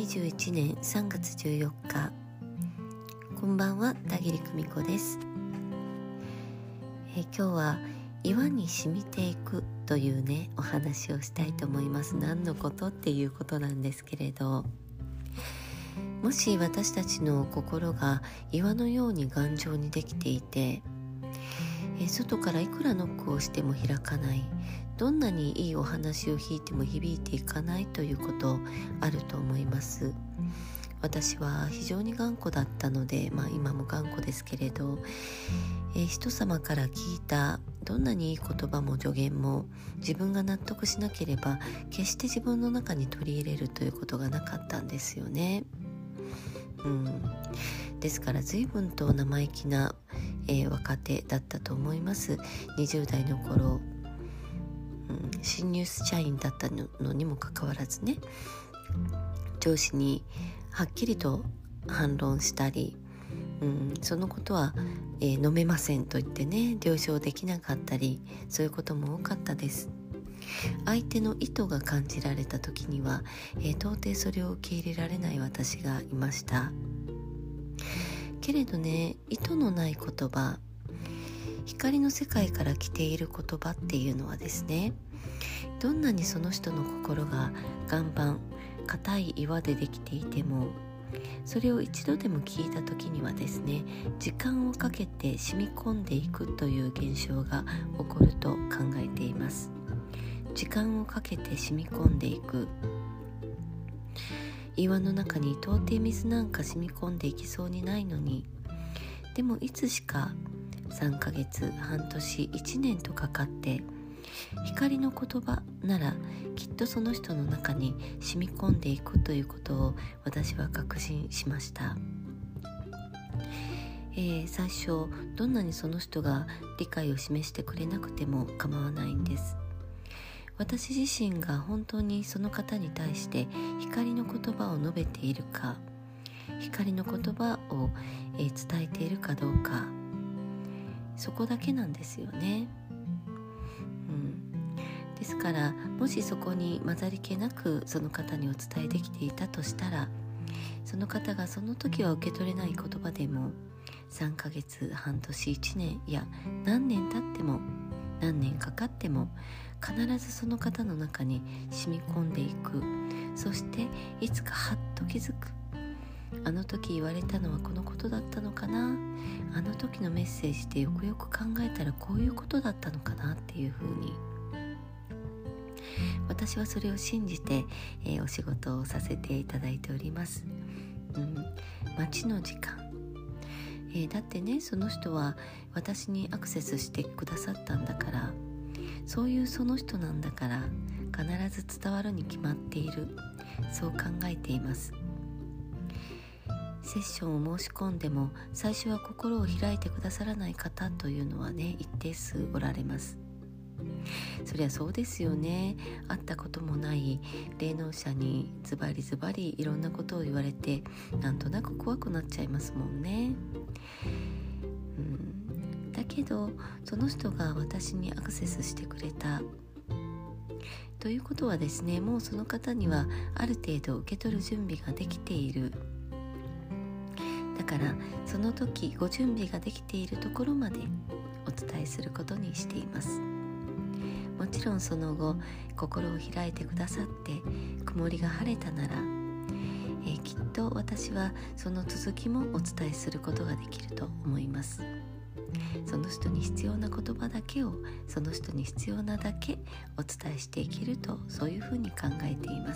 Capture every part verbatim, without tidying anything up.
じゅういちねんさんがつじゅうよっか、こんばんは、田切久美子です。え今日は岩に染みていくというねお話をしたいと思います。何のことっていうことなんですけれど、もし私たちの心が岩のように頑丈にできていて、え外からいくらノックをしても開かない、どんなにいいお話を弾いても響いていかないということあると思います。私は非常に頑固だったので、まあ今も頑固ですけれど、えー、人様から聞いたどんなにいい言葉も助言も自分が納得しなければ決して自分の中に取り入れるということがなかったんですよね。うん、ですから随分と生意気な、えー、若手だったと思います。にじゅうだいの頃、うん、新入社員だったのにもかかわらずね、上司にはっきりと反論したり、うん、そのことは、えー、飲めませんと言ってね了承できなかったり、そういうことも多かったです。相手の意図が感じられた時には、えー、到底それを受け入れられない私がいましたけれどね、意図のない言葉、光の世界から来ている言葉っていうのはですね、どんなにその人の心が岩盤硬い岩でできていても、それを一度でも聞いた時にはですね、時間をかけて染み込んでいくという現象が起こると考えています。時間をかけて染み込んでいく、岩の中に到底水なんか染み込んでいきそうにないのに、でもいつしかさんかげつ、半年、いちねんとかかって光の言葉ならきっとその人の中に染み込んでいくということを私は確信しました。えー、最初どんなにその人が理解を示してくれなくても構わないんです。私自身が本当にその方に対して光の言葉を述べているか、光の言葉を、えー、伝えているかどうか、そこだけなんですよね。うん、ですからもしそこに混ざり気なくその方にお伝えできていたとしたら、その方がその時は受け取れない言葉でもさんかげつ、半年、いちねん、いや何年経っても何年かかっても必ずその方の中に染み込んでいく。そしていつかはっと気づく。あの時言われたのはこのことだったのかな、あの時のメッセージでよくよく考えたらこういうことだったのかなっていうふうに、私はそれを信じて、えー、お仕事をさせていただいております。うん、待ちの時間、えー、だってね、その人は私にアクセスしてくださったんだから、そういうその人なんだから必ず伝わるに決まっている、そう考えています。セッションを申し込んでも最初は心を開いてくださらない方というのはね、一定数おられます。そりゃそうですよね。会ったこともない霊能者にズバリズバリいろんなことを言われて、なんとなく怖くなっちゃいますもんね。うん、だけどその人が私にアクセスしてくれたということはですね、もうその方にはある程度受け取る準備ができている。だからその時ご準備ができているところまでお伝えすることにしています。もちろんその後心を開いてくださって曇りが晴れたなら、えー、きっと私はその続きもお伝えすることができると思います。その人に必要な言葉だけをその人に必要なだけお伝えしていけると、そういうふうに考えています。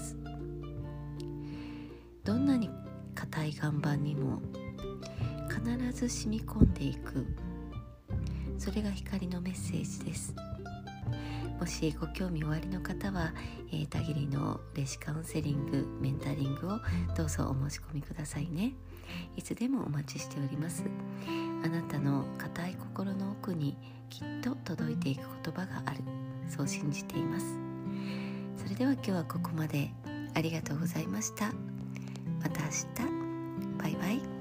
どんなに硬い岩盤にも必ず染み込んでいく、それが光のメッセージです。もしご興味おありの方は、えー、田切の霊視カウンセリング、メンタリングをどうぞお申し込みくださいね。いつでもお待ちしております。あなたの固い心の奥にきっと届いていく言葉がある、そう信じています。それでは今日はここまで。ありがとうございました。また明日。バイバイ。